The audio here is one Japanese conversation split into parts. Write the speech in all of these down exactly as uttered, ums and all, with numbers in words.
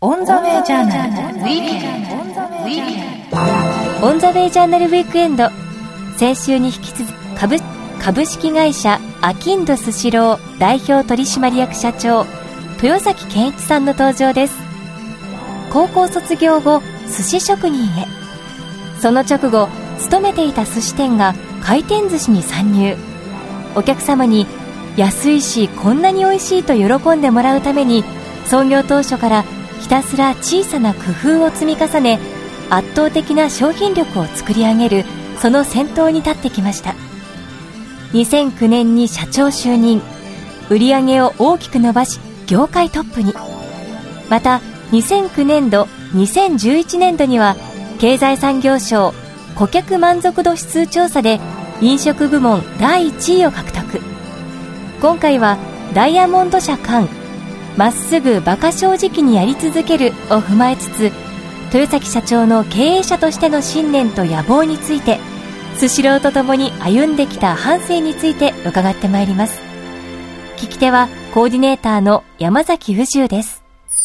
オンザウェイジャーナルウィークエンド。 オンザウェイジャーナルウィークエンド。先週に引き続き 株, 株式会社アキンドスシロー代表取締役社長豊崎健一さんの登場です。高校卒業後寿司職人へ。その直後勤めていた寿司店が回転寿司に参入。お客様に安いしこんなに美味しいと喜んでもらうために創業当初からひたすら小さな工夫を積み重ね圧倒的な商品力を作り上げるその先頭に立ってきました。にせんきゅうねんに社長就任。売上を大きく伸ばし業界トップに。またにせんきゅうねんどにせんじゅういちねんどには経済産業省顧客満足度指数調査で飲食部門だいいちいを獲得。今回はダイヤモンド社間まっすぐ馬鹿正直にやり続けるを踏まえつつ、豊崎社長の経営者としての信念と野望について、スシローとともに歩んできた半生について伺ってまいります。聞き手はコーディネーターの山崎宇宙です。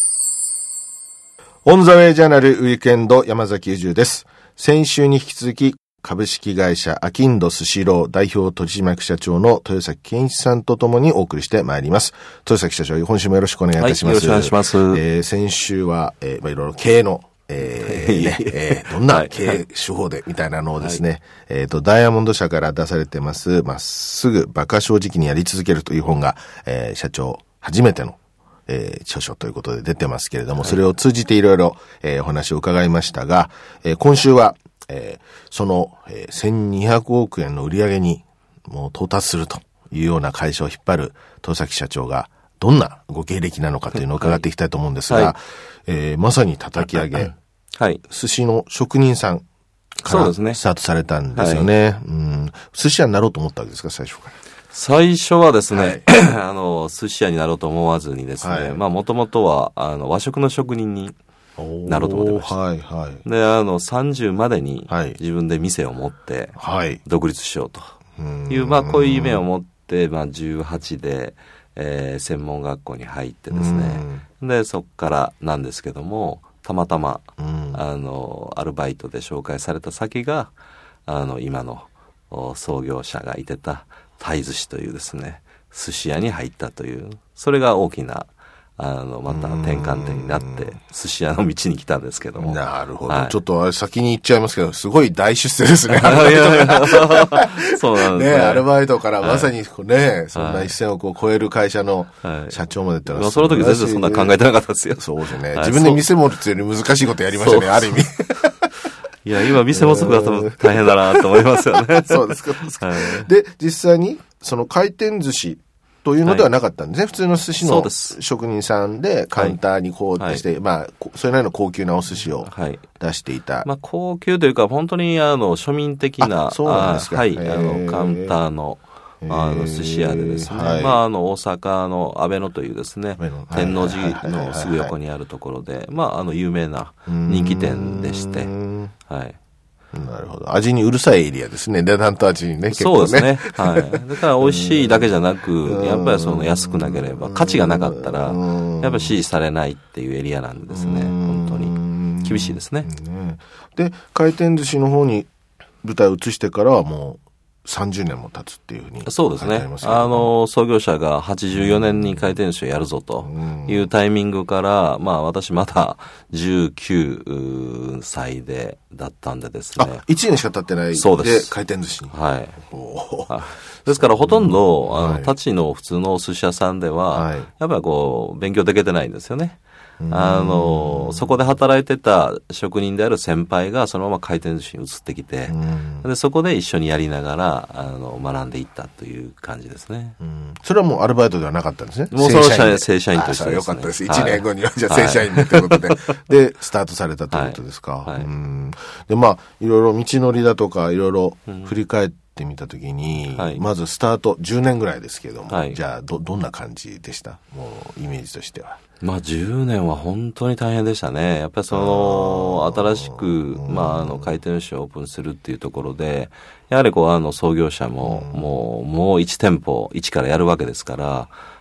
オンザウェイジャーナルウィークエンド、山崎宇宙です。先週に引き続き株式会社アキンドスシロー代表取締役社長の豊崎健一さんとともにお送りしてまいります。豊崎社長、今週もよろしくお願いいたします。 はい、よろしくお願いします。 えー、先週は、えーまあ、いろいろ経営のえーねえー、どんな経営手法でみたいなのをですね、はい、えっ、ー、と、ダイヤモンド社から出されてます、まっすぐ馬鹿正直にやり続けるという本が、えー、社長初めての、えー、著書ということで出てますけれども、はい、それを通じていろいろ、えー、お話を伺いましたが、えー、今週は、えー、その、えー、せんにひゃくおくえんの売り上げにもう到達するというような会社を引っ張る豊崎社長がどんなご経歴なのかというのを伺っていきたいと思うんですが、はい、えー、まさに叩き上げ、はい、寿司の職人さんからスタートされたんですよね。はい、うん、寿司屋になろうと思ったわけですか、最初から。 最初はですね、はい、あの寿司屋になろうと思わずにですね、はい、まあもともとはあの和食の職人になろうと思ってました。はいはい、で、あのさんじゅうまでに自分で店を持って独立しようという、はい、まあこういう夢を持って、まあじゅうはちで、えー、専門学校に入ってですね、でそこからなんですけども。たまたま、うん、あのアルバイトで紹介された先があの今の創業者がいてた鯛寿司というですね寿司屋に入ったという、それが大きなあのまた転換点になって寿司屋の道に来たんですけども。 なるほど、はい、ちょっと先に言っちゃいますけど、すごい大出世ですね。 そうなんですね。 ね、アルバイトからまさにね、はい、そんなせんおくを超える会社の社長までってのは、 はい、その時全然そんな考えてなかったですよ。 そうですね、はい、自分で店持つより難しいことやりましたね、ある意味。 いや、今店持つことだと大変だなと思いますよね。 そうですか。はい、で、実際にその回転寿司というのではなかったんですね。はい、普通の寿司の職人さんでカウンターにこうして、はい、まあ、それなりの高級なお寿司を出していた。はい、 まあ、高級というか、本当にあの庶民的な、 あ、そうなんですか。 はい、あのカウンターのあの寿司屋でですね、はい、まあ、あの大阪の阿部野というですね、天王寺のすぐ横にあるところで、まあ、あの有名な人気店でして、はい。 なるほど。味にうるさいエリアですね。値段と味にね、結構ね。 そうですね。はい。だから美味しいだけじゃなく、やっぱりその安くなければ、価値がなかったら、やっぱり支持されないっていうエリアなんですね。本当に。厳しいですね。 で、回転寿司の方に舞台を移してからはもう、さんじゅうねんも経つっていうふうに、 そうですね。あの、創業者がはちじゅうよねんに回転寿司をやるぞというタイミングから、まあ私まだじゅうきゅうさいで、だったんでですね。 あ、いちねんしか経ってないで、 そうです。 回転寿司に。 はい。ですからほとんど、あの、はい、立ちの普通のお寿司屋さんでは、はい、やっぱりこう、勉強できてないんですよね。あの、そこで働いてた職人である先輩がそのまま回転寿司に移ってきて、でそこで一緒にやりながらあの学んでいったという感じですね。 うん、それはもうアルバイトではなかったんですね。 もうその正社員としてですね。 よかったです。いちねんごには、はい、じゃあ正社員ということで、はい、でスタートされたということですか。はいはい、うん、でまあいろいろ道のりだとかいろいろ振り返ってみたときに、うん、はい、まずスタートじゅうねんぐらいですけれども、はい、じゃあ ど, どんな感じでした？もうイメージとしては。 まあじゅうねんは本当に大変でしたね。やっぱりその新しくまああの回転寿司をオープンするっていうところで、やはりこうあの創業者ももうもういち店舗一からやるわけですから、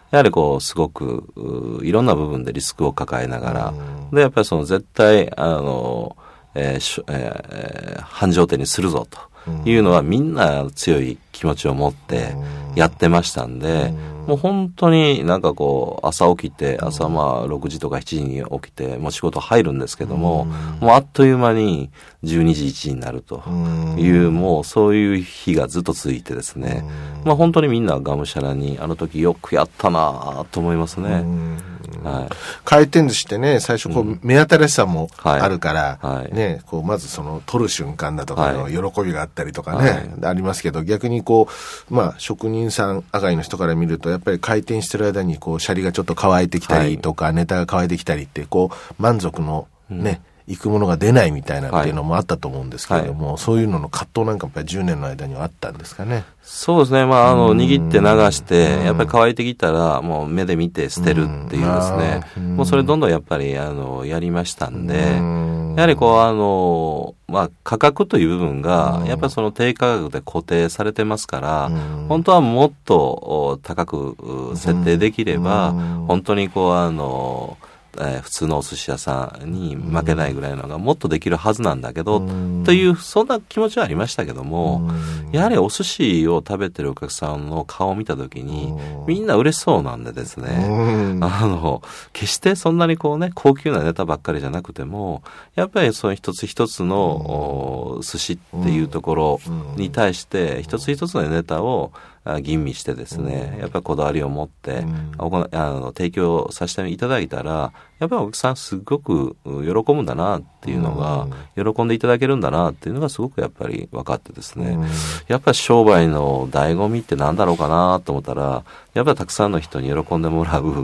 やはりこう、すごく、いろんな部分でリスクを抱えながら、で、やっぱりその絶対、あの、えーしえー、繁盛店にするぞというのはみんな強い気持ちを持ってやってましたんで、もう本当になんかこう朝起きて朝まあろくじとかしちじに起きてもう仕事入るんですけども、もうあっという間にじゅうにじいちじになるというもうそういう日がずっと続いてですね、まあ本当にみんながむしゃらにあの時よくやったなと思いますね。 はい、回転寿司ってね、最初こう、うん、目新しさもあるから、はいはい、ね、こうまずその取る瞬間だとかの喜びがあったりとかね、はい、ありますけど、逆にこう、まあ職人さん上がりの人から見ると、やっぱり回転してる間にこうシャリがちょっと乾いてきたりとか、はい、ネタが乾いてきたりって、こう満足のね、うん行くものが出ないみたいなっていうのもあったと思うんですけれども、はいはい、そういうのの葛藤なんかやっぱりじゅうねんの間にはあったんですかね。 そうですね。まあ、あの、握って流して、やっぱり乾いてきたら、もう目で見て捨てるっていうですね。もうそれどんどんやっぱり、あの、やりましたんで、やはりこう、あの、まあ、価格という部分が、やっぱりその低価格で固定されてますから、本当はもっと高く設定できれば、本当にこう、あの、えー、普通のお寿司屋さんに負けないぐらいのがもっとできるはずなんだけど、というそんな気持ちはありましたけども、やはりお寿司を食べてるお客さんの顔を見たときにみんな嬉しそうなんでですね、あの決してそんなにこうね高級なネタばっかりじゃなくても、やっぱりその一つ一つの寿司っていうところに対して一つ一つのネタを吟味してですね、やっぱりこだわりを持って、うん、あの提供させていただいたら、やっぱりお客さんすごく喜ぶんだなっていうのが、うん、喜んでいただけるんだなっていうのがすごくやっぱり分かってですね、うん、やっぱり商売の醍醐味って何だろうかなと思ったら、やっぱりたくさんの人に喜んでもらう、うん、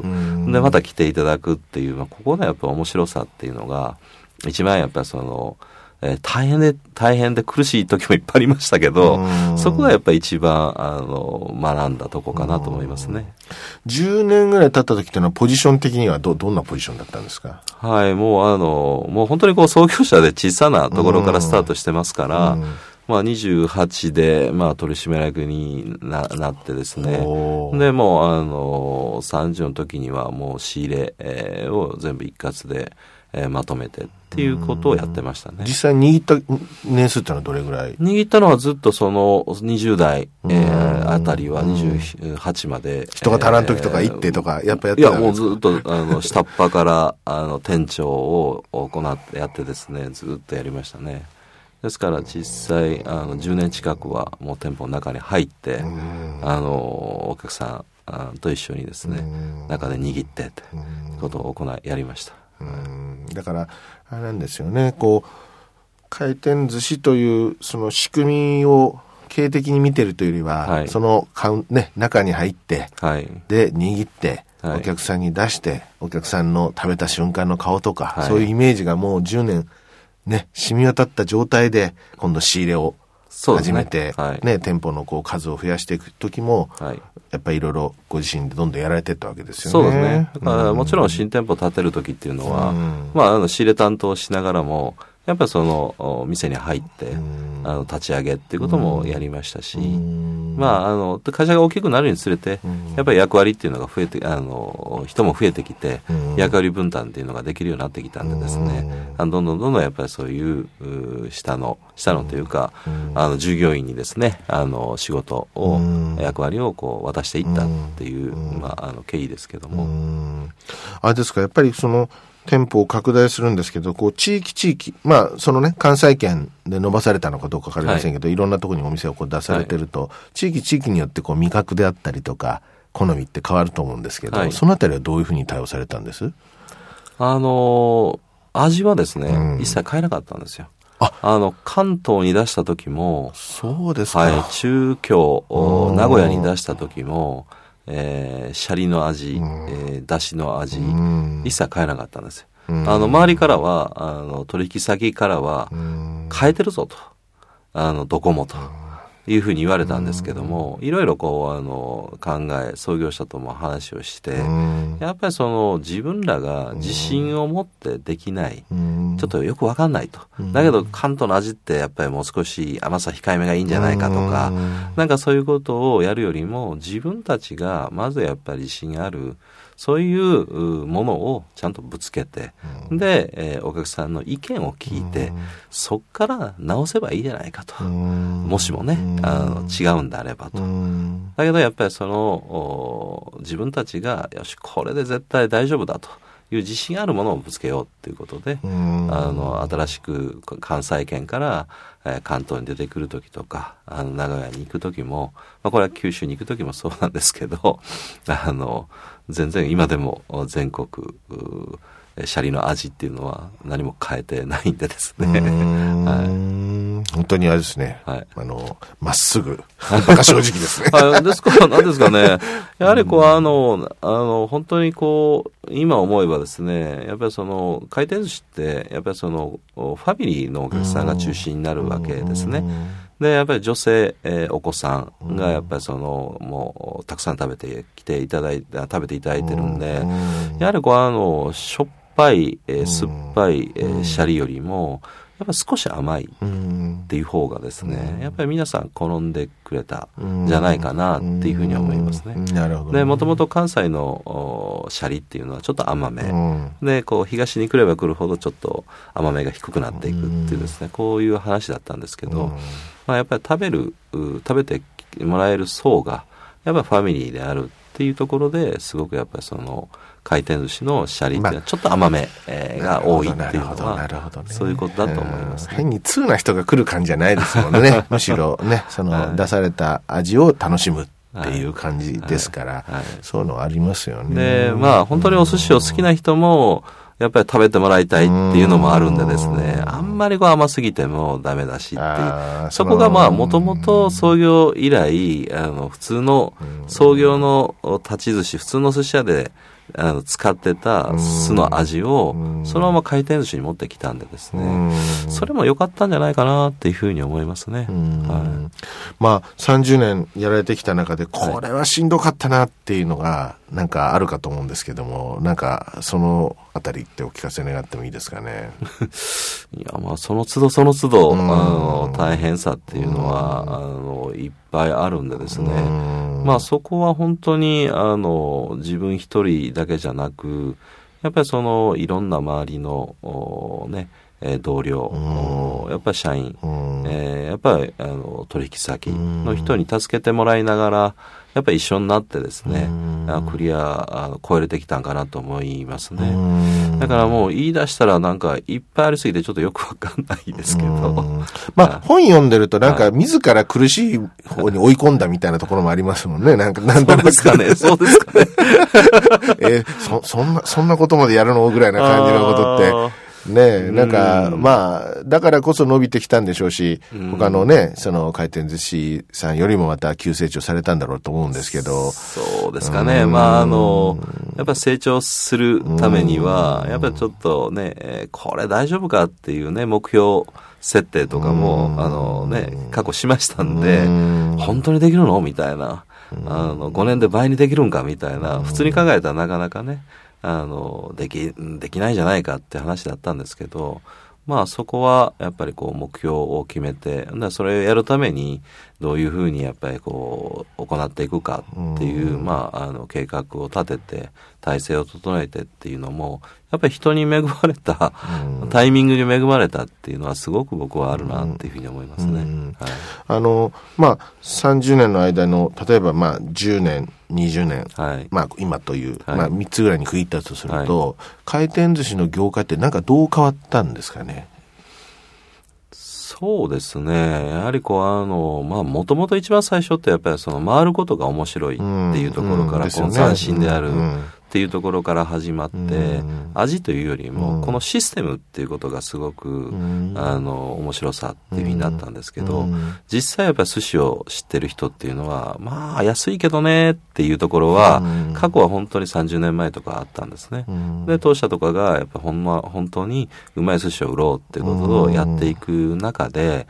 でまた来ていただくっていう、まあ、ここのやっぱ面白さっていうのが一番やっぱりそのえー、大変で大変で苦しい時もいっぱいありましたけど、そこがやっぱり一番あの学んだとこかなと思いますね。 じゅうねんぐらい経った時っていうのはポジション的には ど, どんなポジションだったんですか？ はい、もうあのもう本当にこう創業者で小さなところからスタートしてますから、まあ、にじゅうはちで、まあ、取締役に な, なってですね。で、もう、あの、さんじゅうの時にはもう仕入れ、えー、を全部一括で、えー、まとめてっていうことをやってましたね。 実際握った年数ってのはどれぐらい？ 握ったのはずっとそのにじゅう代、えー、あたりはにじゅうはちまで。 人が足らん時とか行ってとか、やっぱやってたんですか？ いや、もうずっと、あの、下っ端から、あの、店長を行ってやってですね、ずっとやりましたね。ですから実際あのじゅうねん近くはもう店舗の中に入ってあのお客さんと一緒にですね中で握ってってことを行いやりました。 うんだからあれなんですよね、こう回転寿司というその仕組みを経営的に見てるというよりは、はい、そのカウン、ね、中に入って、はい、で握ってお客さんに出して、はい、お客さんの食べた瞬間の顔とか、はい、そういうイメージがもうじゅうねんね、染み渡った状態で今度仕入れを始めて、ねはいね、店舗のこう数を増やしていく時も、はい、やっぱりいろいろご自身でどんどんやられていったわけですよね。 そうですね。だからもちろん新店舗建てる時っていうのは、うん、まあ、あの仕入れ担当しながらもやっぱりその店に入って、うん、あの立ち上げっていうこともやりましたし、うん、まああの会社が大きくなるにつれて、うん、やっぱり役割っていうのが増えて、あの人も増えてきて、うん、役割分担っていうのができるようになってきたんでですね、うん、あのどんどんどんどんやっぱりそういう下の下のというか、うん、あの従業員にですねあの仕事を、うん、役割をこう渡していったっていう、うん、まああの経緯ですけども、うん、 あれですか、やっぱりその店舗を拡大するんですけど、こう地域地域、まあそのね関西圏で伸ばされたのかどうかわかりませんけど、はい、いろんなところにお店をこう出されてると、はい、地域地域によってこう味覚であったりとか好みって変わると思うんですけど、はい、そのあたりはどういうふうに対応されたんです？ あの味はですね、うん、一切変えなかったんですよ。あ, あの関東に出した時も、 そうですか。 はい、中京名古屋に出した時も。えー、シャリの味、うん、えー、だしの味、うん、一切変えなかったんですよ。うん、あの周りからはあの取引先からは、うん、変えてるぞと、あのどこもというふうに言われたんですけども、いろいろこうあの考え創業者とも話をして、うん、やっぱりその自分らが自信を持ってできない、うん、ちょっちょっとよくわかんないと。だけど関東の味ってやっぱりもう少し甘さ控えめがいいんじゃないかとか、なんかそういうことをやるよりも自分たちがまずやっぱり自信あるそういうものをちゃんとぶつけて、うん、で、えー、お客さんの意見を聞いて、うん、そっから直せばいいじゃないかと、うん、もしもね、うん、あの違うんであればと、うん、だけどやっぱりその自分たちがよしこれで絶対大丈夫だという自信あるものをぶつけようということで、うん、あの新しく関西圏から、えー、関東に出てくるときとかあの名古屋に行くときも、まあ、これは九州に行くときもそうなんですけどあの全然今でも全国シャリの味っていうのは何も変えてないんでですね、 はい、本当にあれですね、はい、あのまっすぐバカ正直ですねはい、ですから何ですかねやはりこうあのあの本当にこう今思えばですねやっぱりその回転寿司ってやっぱりそのファミリーのお客さんが中心になるわけですね。でやっぱり女性、えー、お子さんがやっぱりそのもうたくさん食べてきていただいて食べていただいてるんで、やはりこうあのしょっぱい、えー、酸っぱい、えー、シャリよりもやっぱ少し甘いっていう方がですね、やっぱり皆さん好んでくれたんじゃないかなっていうふうに思いますね。 なるほどね。 で、もともと関西のシャリっていうのはちょっと甘め、うん、で、こう東に来れば来るほどちょっと甘めが低くなっていくっていうですね、こういう話だったんですけど、うん、まあ、やっぱり食べる、食べてもらえる層がやっぱりファミリーであるっていうところですごくやっぱりその回転寿司のシャリっていうのはちょっと甘めが多いっていうのはそういうことだと思います、ね、 変に通な人が来る感じじゃないですもんねむしろねその出された味を楽しむっていう感じですから、はいはいはい、そういうのありますよね。 でまあ本当にお寿司を好きな人もやっぱり食べてもらいたいっていうのもあるんでですね、あんまりこう甘すぎてもダメだしっていう、そこがまあもともと創業以来あの普通の創業の立ち寿司普通の寿司屋であの使ってた酢の味をそのまま回転寿司に持ってきたんでですね、それも良かったんじゃないかなっていうふうに思いますね。はい、 まあさんじゅうねんやられてきた中でこれはしんどかったなっていうのがなんかあるかと思うんですけども、なんかそのあたりってお聞かせ願ってもいいですかね。 いやまあその都度その都度あの大変さっていうのはあのいっぱいあるんでですね、まあそこは本当にあの自分一人だけじゃなくやっぱりそのいろんな周りのね同僚、やっぱり社員、えー、やっぱりあの取引先の人に助けてもらいながらやっぱり一緒になってですね、クリア超えれてきたんかなと思いますね。だからもう言い出したらなんかいっぱいありすぎてちょっとよくわかんないですけど、 まあ本読んでるとなんか自ら苦しい方に追い込んだみたいなところもありますもんね。なんかなんとなくそうですかね。そうですかね。 えー、そそんなそんなことまでやるのぐらいな感じのことって。ねえ、なんか、まあ、だからこそ伸びてきたんでしょうし、他のね、その回転寿司さんよりもまた急成長されたんだろうと思うんですけど。 そうですかね。まあ、あの、やっぱ成長するためには、やっぱりちょっとね、これ大丈夫かっていうね、目標設定とかも、あのね、過去しましたんで、本当にできるのみたいな。あの、ごねんで倍にできるんかみたいな。普通に考えたらなかなかね、あの、でき、できないじゃないかって話だったんですけど、まあそこはやっぱりこう目標を決めて、それをやるためにどういうふうにやっぱりこう行っていくかっていう、まああの計画を立てて体制を整えてっていうのも、やっぱり人に恵まれた、タイミングに恵まれたっていうのはすごく僕はあるなっていうふうに思いますね。はい、 あの、まあさんじゅうねんの間の、例えばまあじゅうねん、にじゅうねん、はい、まあ今という、はい、まあみっつぐらいに区切ったとすると、はい、回転寿司の業界ってなんかどう変わったんですかね。 そうですね。やはりこうあの、まあもともと一番最初ってやっぱりその回ることが面白いっていうところから、この斬新であるっていうところから始まって、味というよりもこのシステムっていうことがすごくあの面白さっていうふうになったんですけど、実際やっぱり寿司を知ってる人っていうのはまあ安いけどねっていうところは過去は本当にさんじゅうねんまえとかあったんですね。で当社とかがやっぱほんま本当にうまい寿司を売ろうっていうことをやっていく中で、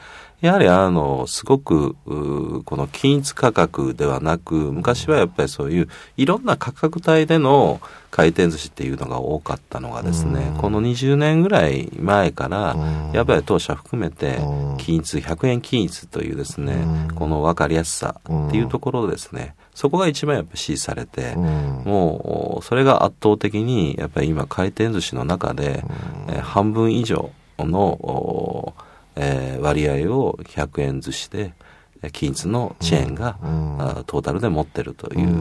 やはりあの、すごく、この均一価格ではなく、昔はやっぱりそういういろんな価格帯での回転寿司っていうのが多かったのがですね、このにじゅうねんぐらい前から、やっぱり当社含めて、均一、ひゃくえん均一というですね、この分かりやすさっていうところですね、そこが一番やっぱり支持されて、もう、それが圧倒的に、やっぱり今回転寿司の中で、えー、半分以上の、えー、割合をひゃくえん寿司で均一のチェーンが、うんうん、トータルで持ってるという、うん、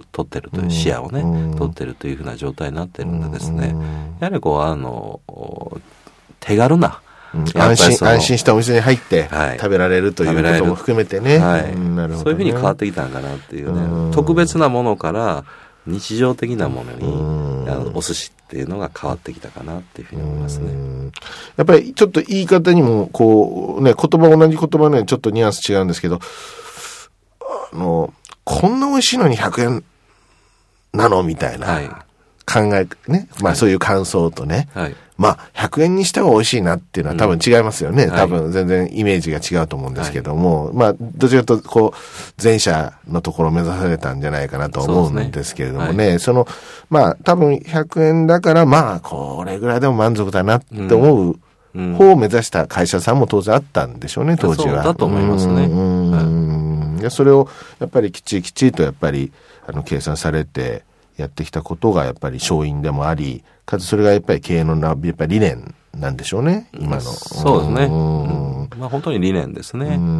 取ってるというシェアをね、うん、取ってるというふうな状態になってるんでですね、うん、やはりこうあの手軽な、 うん、安心安心したお店に入って食べられるということも含めてね、 はいうん、なるほどね、そういうふうに変わってきたのかなっていうね、うん、特別なものから日常的なものに、うん、あのお寿司っていうのが変わってきたかなっていうふうに思いますね。 やっぱりちょっと言い方にもこうね、言葉同じ言葉ねちょっとニュアンス違うんですけど、あのこんな美味しいのにひゃくえんなのみたいな考え、はい、ね、まあそういう感想とね、はい、まあひゃくえんにしては美味しいなっていうのは多分違いますよね、うん、多分全然イメージが違うと思うんですけども、はい、まあどちらかというとこう前者のところを目指されたんじゃないかなと思うんですけれども ね, そ, ね、はい、そのまあ多分ひゃくえんだからまあこれぐらいでも満足だなって思う、うん、方を目指した会社さんも当然あったんでしょうね、当時は。 そうだと思いますね。うん、 はい、それをやっぱりきっちりきっちりとやっぱりあの計算されてやってきたことがやっぱり勝因でもあり、かつそれがやっぱり経営のやっぱり理念なんでしょうね、今の。 そうですね。うん、まあ本当に理念ですね。うん、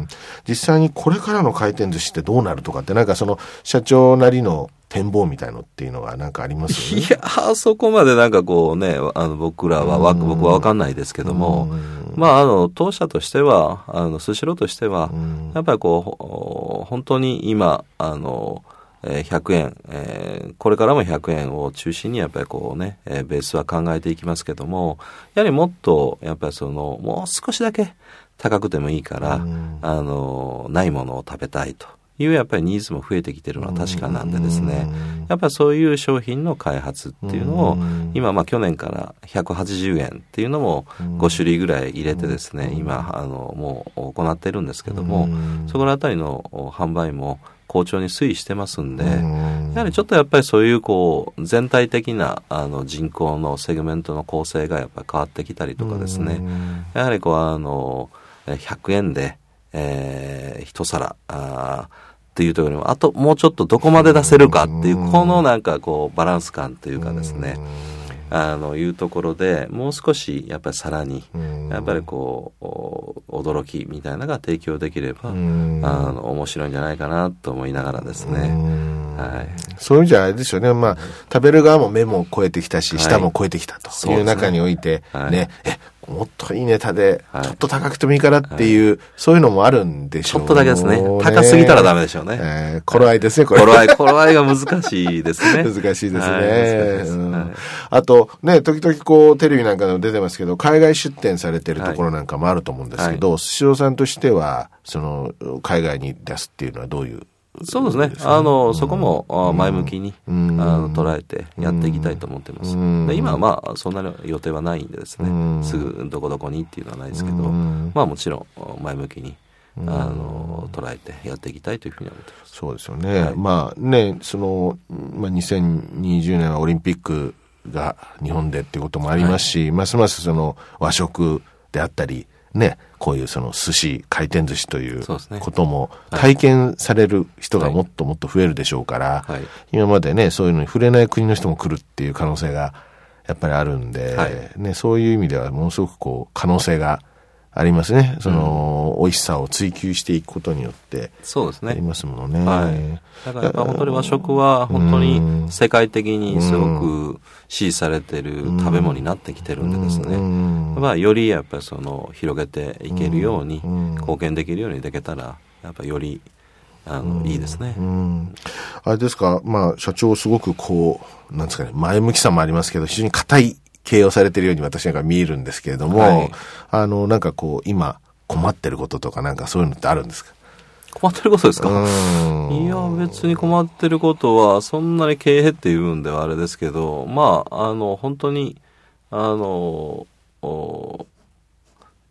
はい、実際にこれからの回転寿司ってどうなるとかって、なんかその社長なりの展望みたいのっていうのがなんかありますよね。 いや、そこまでなんかこうね、あの僕らは、僕はわかんないですけども、まああの、当社としては、あの、スシローとしては、やっぱりこう、本当に今、あの、ひゃくえん、えー、これからもひゃくえんを中心にやっぱりこうね、えー、ベースは考えていきますけども、やはりもっと、やっぱりその、もう少しだけ高くてもいいから、あの、ないものを食べたいというやっぱりニーズも増えてきてるのは確かなんでですね、やっぱりそういう商品の開発っていうのを、今まあ去年からひゃくはちじゅうえんっていうのもご種類ぐらい入れてですね、今、あの、もう行ってるんですけども、そこらあたりの販売も好調に推移してますんで、やはりちょっとやっぱりそういうこう全体的なあの人口のセグメントの構成がやっぱり変わってきたりとかですね、やはりこうあのひゃくえんで、えー、一皿あっていうところにもあともうちょっとどこまで出せるかっていうこのなんかこうバランス感というかですね、あのいうところでもう少しやっぱりさらにやっぱりこう驚きみたいなのが提供できればあの面白いんじゃないかなと思いながらですね、はい、 そういう意味じゃあれですよね、まあ食べる側も目も超えてきたし、はい、舌も超えてきたという中において、はい、ね、えもっといいネタでちょっと高くてもいいからっていう、はい、そういうのもあるんでしょうね。 ちょっとだけですね。高すぎたらダメでしょうね。 えー、頃合いですね、これ。 頃合い、頃合いが難しいですね。 難しいですね。はい、うん、はい、あと、ね、時々こう、テレビなんかでも出てますけど、海外出店されてるところなんかもあると思うんですけど、スシローさんとしては、その、海外に出すっていうのはどういう？ そうですね。あの、そこも前向きに、うん、あの捉えてやっていきたいと思ってます。うん、で今はまあ、そんな予定はないんでですね、うん、すぐどこどこにっていうのはないですけど、うん、まあもちろん前向きに、あの、捉えてやっていきたいというふうに思ってます。 そうですよね。はい、まあね、その、まあにせんにじゅうねんはオリンピックが日本でっていうこともありますし、はい、ますますその和食であったり、ね、こういうその寿司、回転寿司ということも体験される人がもっともっと増えるでしょうから、はいはい、今までね、そういうのに触れない国の人も来るっていう可能性がやっぱりあるんで、はい、ね、そういう意味ではものすごくこう可能性がありますね。その、うん、美味しさを追求していくことによって。 そうですね。 ありますものね。 はい。だからやっぱ本当に和食は本当に世界的にすごく支持されている食べ物になってきてるんでですね。まあよりやっぱりその広げていけるように、貢献できるようにできたら、やっぱりよりあのいいですね。 あれですか、まあ社長すごくこう、なんですかね、前向きさもありますけど、非常に硬い経営をされているように私なんか見えるんですけれども、はい、あの、なんかこう、今困ってることとかなんかそういうのってあるんですか？ 困ってることですか？いや、別に困ってることは、そんなに経営っていうんではあれですけど、まあ、あの、本当に、あの、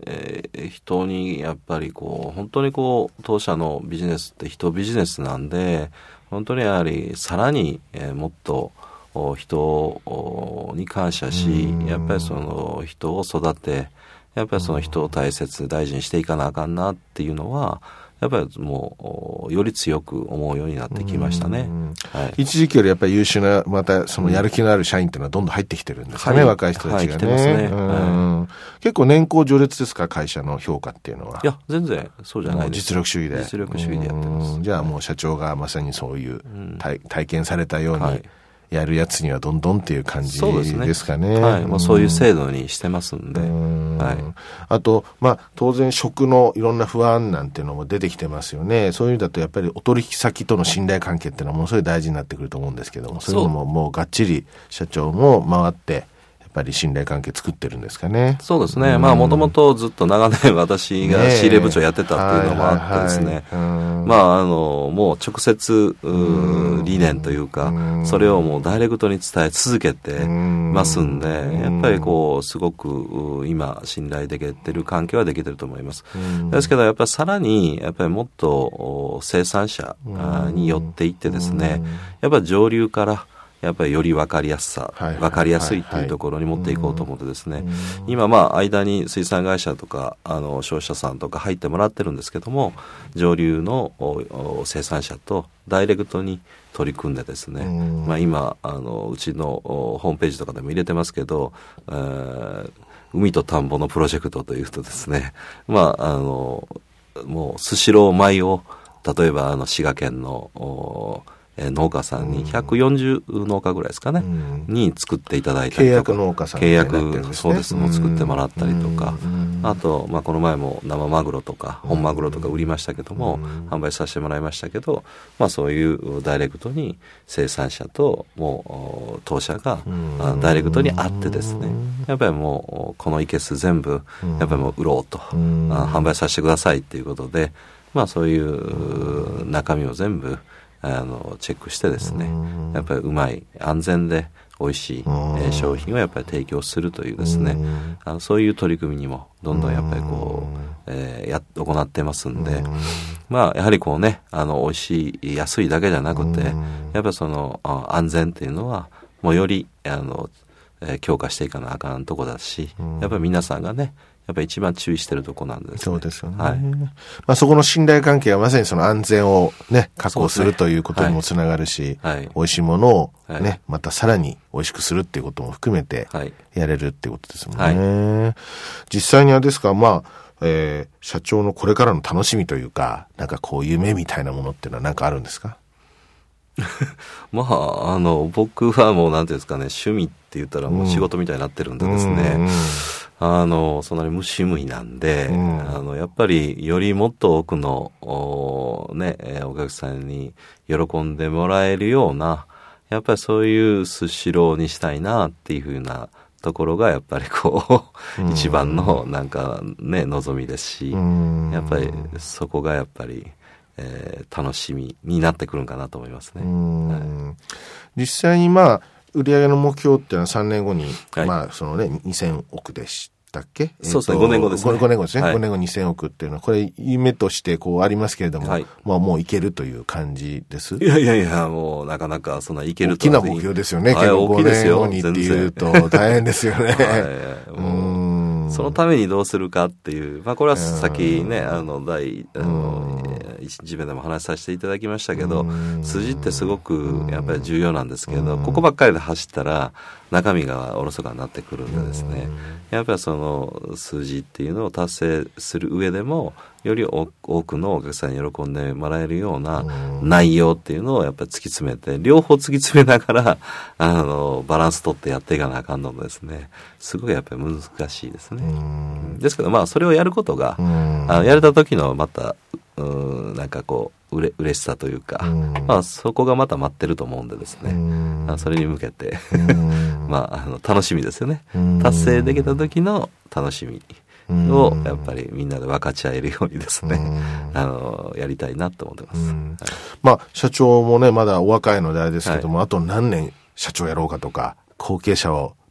えー、人にやっぱりこう、本当にこう、当社のビジネスって人ビジネスなんで、本当にやはりさらに、えー、もっと人に感謝し、やっぱりその人を育て、やっぱりその人を大切、大事にしていかなあかんなっていうのは、やっぱりもうより強く思うようになってきましたね。 はい、一時期よりやっぱり優秀な、またそのやる気のある社員っていうのはどんどん入ってきてるんですかね、はい、若い人たちがね。はい、来てますね。はい、結構年功序列ですか、会社の評価っていうのは。 いや、全然そうじゃないです。 実力主義で。 実力主義でやってます。 じゃあもう社長がまさにそういう体、体験されたように、はい、やるやつにはどんどんっていう感じですかね。 そうですね。はい。もうそういう制度にしてますんで。んはい。 あと、まあ、当然食のいろんな不安なんていうのも出てきてますよね。そういう意味だとやっぱりお取引先との信頼関係っていうのはものすごい大事になってくると思うんですけども、そういうのももうがっちり社長も回って、やっぱり信頼関係作ってるんですかね。 そうですね。まあもともとずっと長年私が仕入れ部長やってたっていうのもあってですね。まああのもう直接理念というか、それをもうダイレクトに伝え続けてますんで、やっぱりこうすごく今信頼できてる関係はできてると思います。ですけどやっぱりさらにやっぱりもっと生産者に寄っていってですね、やっぱり上流からやっぱりより分かりやすさ、はいはい、分かりやすいというところに持っていこうと思ってですね、今まあ間に水産会社とかあの消費者さんとか入ってもらってるんですけども、上流の生産者とダイレクトに取り組んでですね、まあ今あのうちのホームページとかでも入れてますけど、えー、海と田んぼのプロジェクトというとですね、まああのもうスシロー米を例えばあの滋賀県の農家さんにひゃくよんじゅう農家ぐらいですかね、うん、に作っていただいたりとか、 契約農家さん契約、そうです、もう作ってもらったりとか、あと、まあ、この前も生マグロとか本マグロとか売りましたけども、販売させてもらいましたけど、まあ、そういうダイレクトに生産者ともう当社がダイレクトに会ってですね、やっぱりもうこのいけす全部やっぱりもう売ろうと、販売させてくださいっていうことで、まあ、そういう中身を全部あのチェックしてですね、やっぱりうまい安全で美味しい、えー、商品をやっぱり提供するというですね、あのそういう取り組みにもどんどんやっぱりこう、えー、や行ってますんで、まあやはりこうね、あの美味しい安いだけじゃなくて、やっぱりその安全っていうのはもうよりあの、えー、強化していかなあかんとこだし、やっぱり皆さんがねやっぱり一番注意してるとこなんですね。 そうですよね。はい。まあそこの信頼関係はまさにその安全をね、確保するということにもつながるし、はい、美味しいものをね、はい、またさらに美味しくするっていうことも含めてやれるっていうことですもんね。はい、実際にあれですか、まあ、えー、社長のこれからの楽しみというか、なんかこう夢みたいなものっていうのはなんかあるんですか？ まあ、あの、僕はもうなんていうんですかね、趣味って言ったらもう仕事みたいになってるんでですね、うんうん、あの、そんなに無趣味なんで、うん、あの、やっぱりよりもっと多くの、おね、お客さんに喜んでもらえるような、やっぱりそういうスシローにしたいなっていうふうなところがやっぱりこう、うん、一番のなんかね、望みですし、うん、やっぱりそこがやっぱり、えー、楽しみになってくるんかなと思いますね。はい、 実際にまあ売上の目標っていうのはさんねんごに、はい、まあそのねにせんおくでしたっけ？ そうですね、ごねんごですね。 ごねんごですね。はい、ごねんごにせんおくっていうのはこれ夢としてこうありますけれども、はい、まあもういけるという感じです。 いやいやいや、もうなかなかそんないけると大きな目標ですよね。結構ごねんごにっていうと大変ですよね。はい、 もうそのためにどうするかっていう、まあこれはさっきね、あの、第、あの、一面でも話させていただきましたけど、筋ってすごくやっぱり重要なんですけど、ここばっかりで走ったら中身がおろそかになってくるんでですね、やっぱりその数字っていうのを達成する上でも、より多くのお客さんに喜んでもらえるような内容っていうのをやっぱり突き詰めて、両方突き詰めながら、あの、バランス取ってやっていかなあかんのもですね、すごいやっぱり難しいですね。ですけどまあそれをやることが、あのやれた時のまた、うなんかこう、うれ、嬉しさというか、まあそこがまた待ってると思うんでですね、それに向けて、まああの楽しみですよね。達成できた時の楽しみをやっぱりみんなで分かち合えるようにですね、あのやりたいなと思ってます。はい、 まあ社長もねまだお若いのであれですけども、はい、あと何年社長やろうかとか後継者を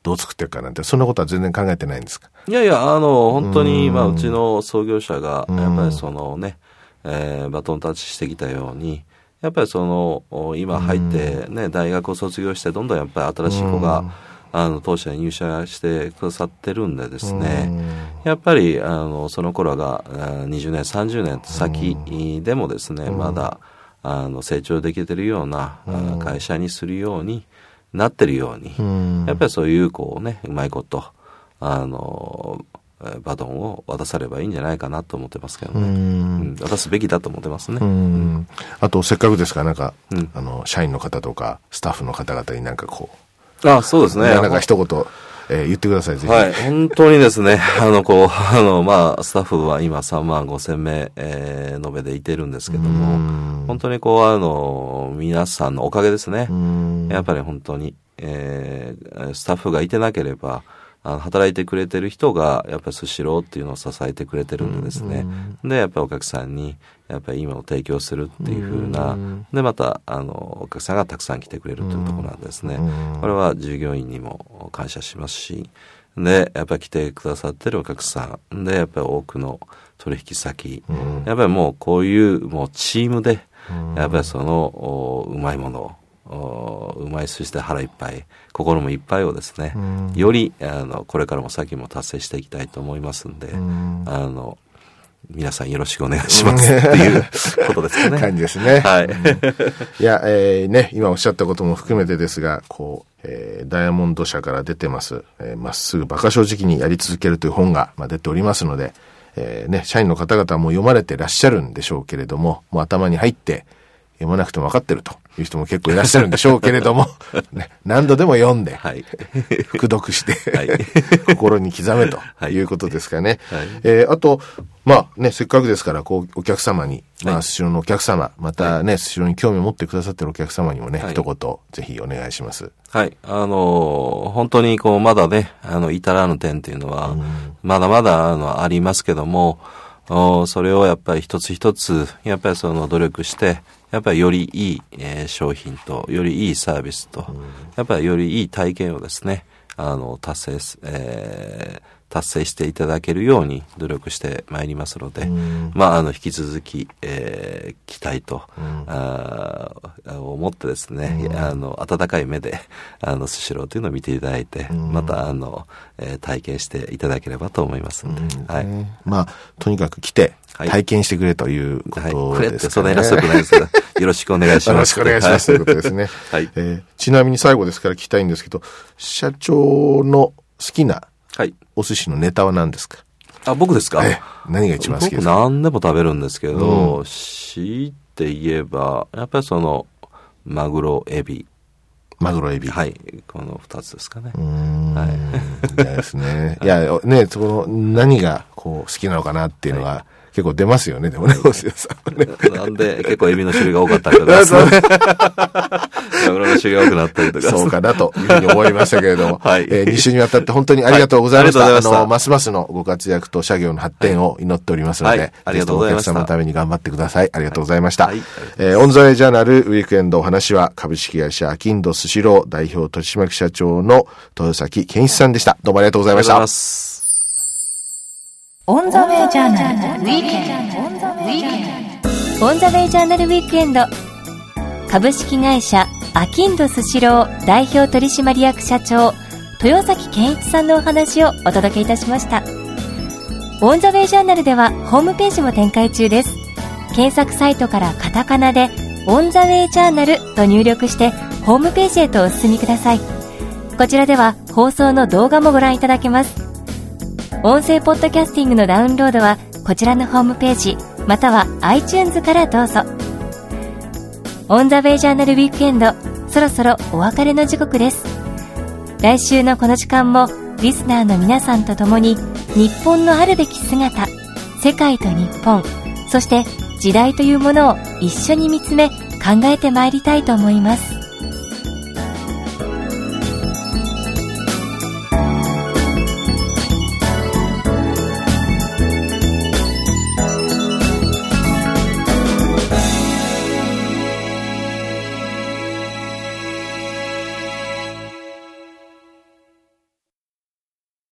どう作っていくかなんて、そんなことは全然考えてないんですか？ いやいや、あの、本当に、まあ、うちの創業者が、やっぱりそのね、えー、バトンタッチしてきたように、やっぱりその、今入ってね、大学を卒業して、どんどんやっぱり新しい子が、あの、当社に入社してくださってるんでですね、やっぱり、あの、その頃が、にじゅうねん、さんじゅうねん先でもですね、まだ、あの、成長できてるような会社にするようになってるように、やっぱりそういう、こうね、うまいこと、あの、バトンを渡さればいいんじゃないかなと思ってますけどね。うん、渡すべきだと思ってますね。 うん、あと、せっかくですから、なんか、うん、あの、社員の方とか、スタッフの方々になんかこう、 あ、そうですね。 なんか一言、えー、言ってください、ぜひ。 はい。本当にですね、あの、こう、あの、まあ、スタッフは今さんまんごせんめい、えー、延べでいてるんですけども、本当にこう、あの、皆さんのおかげですね。やっぱり本当に、えー、スタッフがいてなければ、あの働いてくれてる人が、やっぱりスシローっていうのを支えてくれてるんでですね。で、やっぱりお客さんに、やっぱりいいものを提供するっていう風な、で、また、あの、お客さんがたくさん来てくれるというところなんですね。これは従業員にも感謝しますし、で、やっぱり来てくださってるお客さん、で、やっぱり多くの取引先、やっぱりもうこういう、もうチームで、やっぱりその、うまいものを、うまい寿司で腹いっぱい、心もいっぱいをですね、よりあのこれからも先も達成していきたいと思いますんで、あの皆さんよろしくお願いしますっていうことですかね。 感じですね。 はい。 いや、えー、ね、今おっしゃったことも含めてですが、こう、えー、ダイヤモンド社から出てます、えー、まっすぐ馬鹿正直にやり続けるという本が、まあ、出ておりますので、えー、ね、社員の方々も読まれてらっしゃるんでしょうけれども、もう頭に入って、読まなくても分かってるという人も結構いらっしゃるんでしょうけれども、ね、何度でも読んで、はい、複読して、はい、心に刻めということですかね。はい、えー、あと、まあね、せっかくですから、こう、お客様に、まあ、スシローのお客様、またね、スシローに興味を持ってくださっているお客様にもね、はい、一言、ぜひお願いします。 はい。あのー、本当にこう、まだね、あの、至らぬ点っていうのは、うん、まだまだ、あの、ありますけども、それをやっぱり一つ一つ、やっぱりその努力して、やっぱりよりいい、えー、商品と、よりいいサービスと、うん、やっぱりよりいい体験をですね、あの、達成、えー、達成していただけるように努力してまいりますので、うん、まあ、あの、引き続き、えー、期待と、うん、あ思ってですね、うん、あの、温かい目で、あの、スシローというのを見ていただいて、うん、また、あの、えー、体験していただければと思いますので、うん、はい。 まあ、とにかく来て、体験してくれということですかね。はい、くれってそんな偉そうくないですから、よろしくお願いします。 よろしくお願いします。ということですね。はい、えー。ちなみに最後ですから聞きたいんですけど、社長の好きなお寿司のネタは何ですか？ あ、僕ですか？ えー、何が一番好きですか？ 僕何でも食べるんですけど、うん、強いて言えば、やっぱりその、マグロ、エビ。 マグロエビ。 はい。この二つですかね。 うーん。はい。いやですね。いや、ね、その、何が、こう、好きなのかなっていうのは、はい、結構出ますよね、でもね、大瀬さんね。 なんで、結構エビの種類が多かったりとか。マグロの種類が多くなったりとか。 そうかな、というふうに思いましたけれども。はい。えー、に週にわたって本当にありがとうございました。はい、あ, あの、ますますのご活躍と社業の発展を祈っておりますので、はい、 ありがとうございました。 お客様のために頑張ってください。ありがとうございました。はい。えー、オンザウェイジャーナルウィークエンドお話は、株式会社アキンドスシロー代表取締役社長の豊崎健一さんでした。どうもありがとうございました。ありがとうございます。 オンザウェイジャーナルウィークエンド。 オンザウェイジャーナルウィークエンド。株式会社アキンドスシロー代表取締役社長豊崎健一さんのお話をお届けいたしました。オンザウェイジャーナルではホームページも展開中です。検索サイトからカタカナでオンザウェイジャーナルと入力してホームページへとお進みください。こちらでは放送の動画もご覧いただけます。音声ポッドキャスティングのダウンロードはこちらのホームページまたは iTunes からどうぞ。オンザウェイジャーナルウィークエンド、そろそろお別れの時刻です。来週のこの時間もリスナーの皆さんと共に日本のあるべき姿、世界と日本、そして時代というものを一緒に見つめ考えてまいりたいと思います。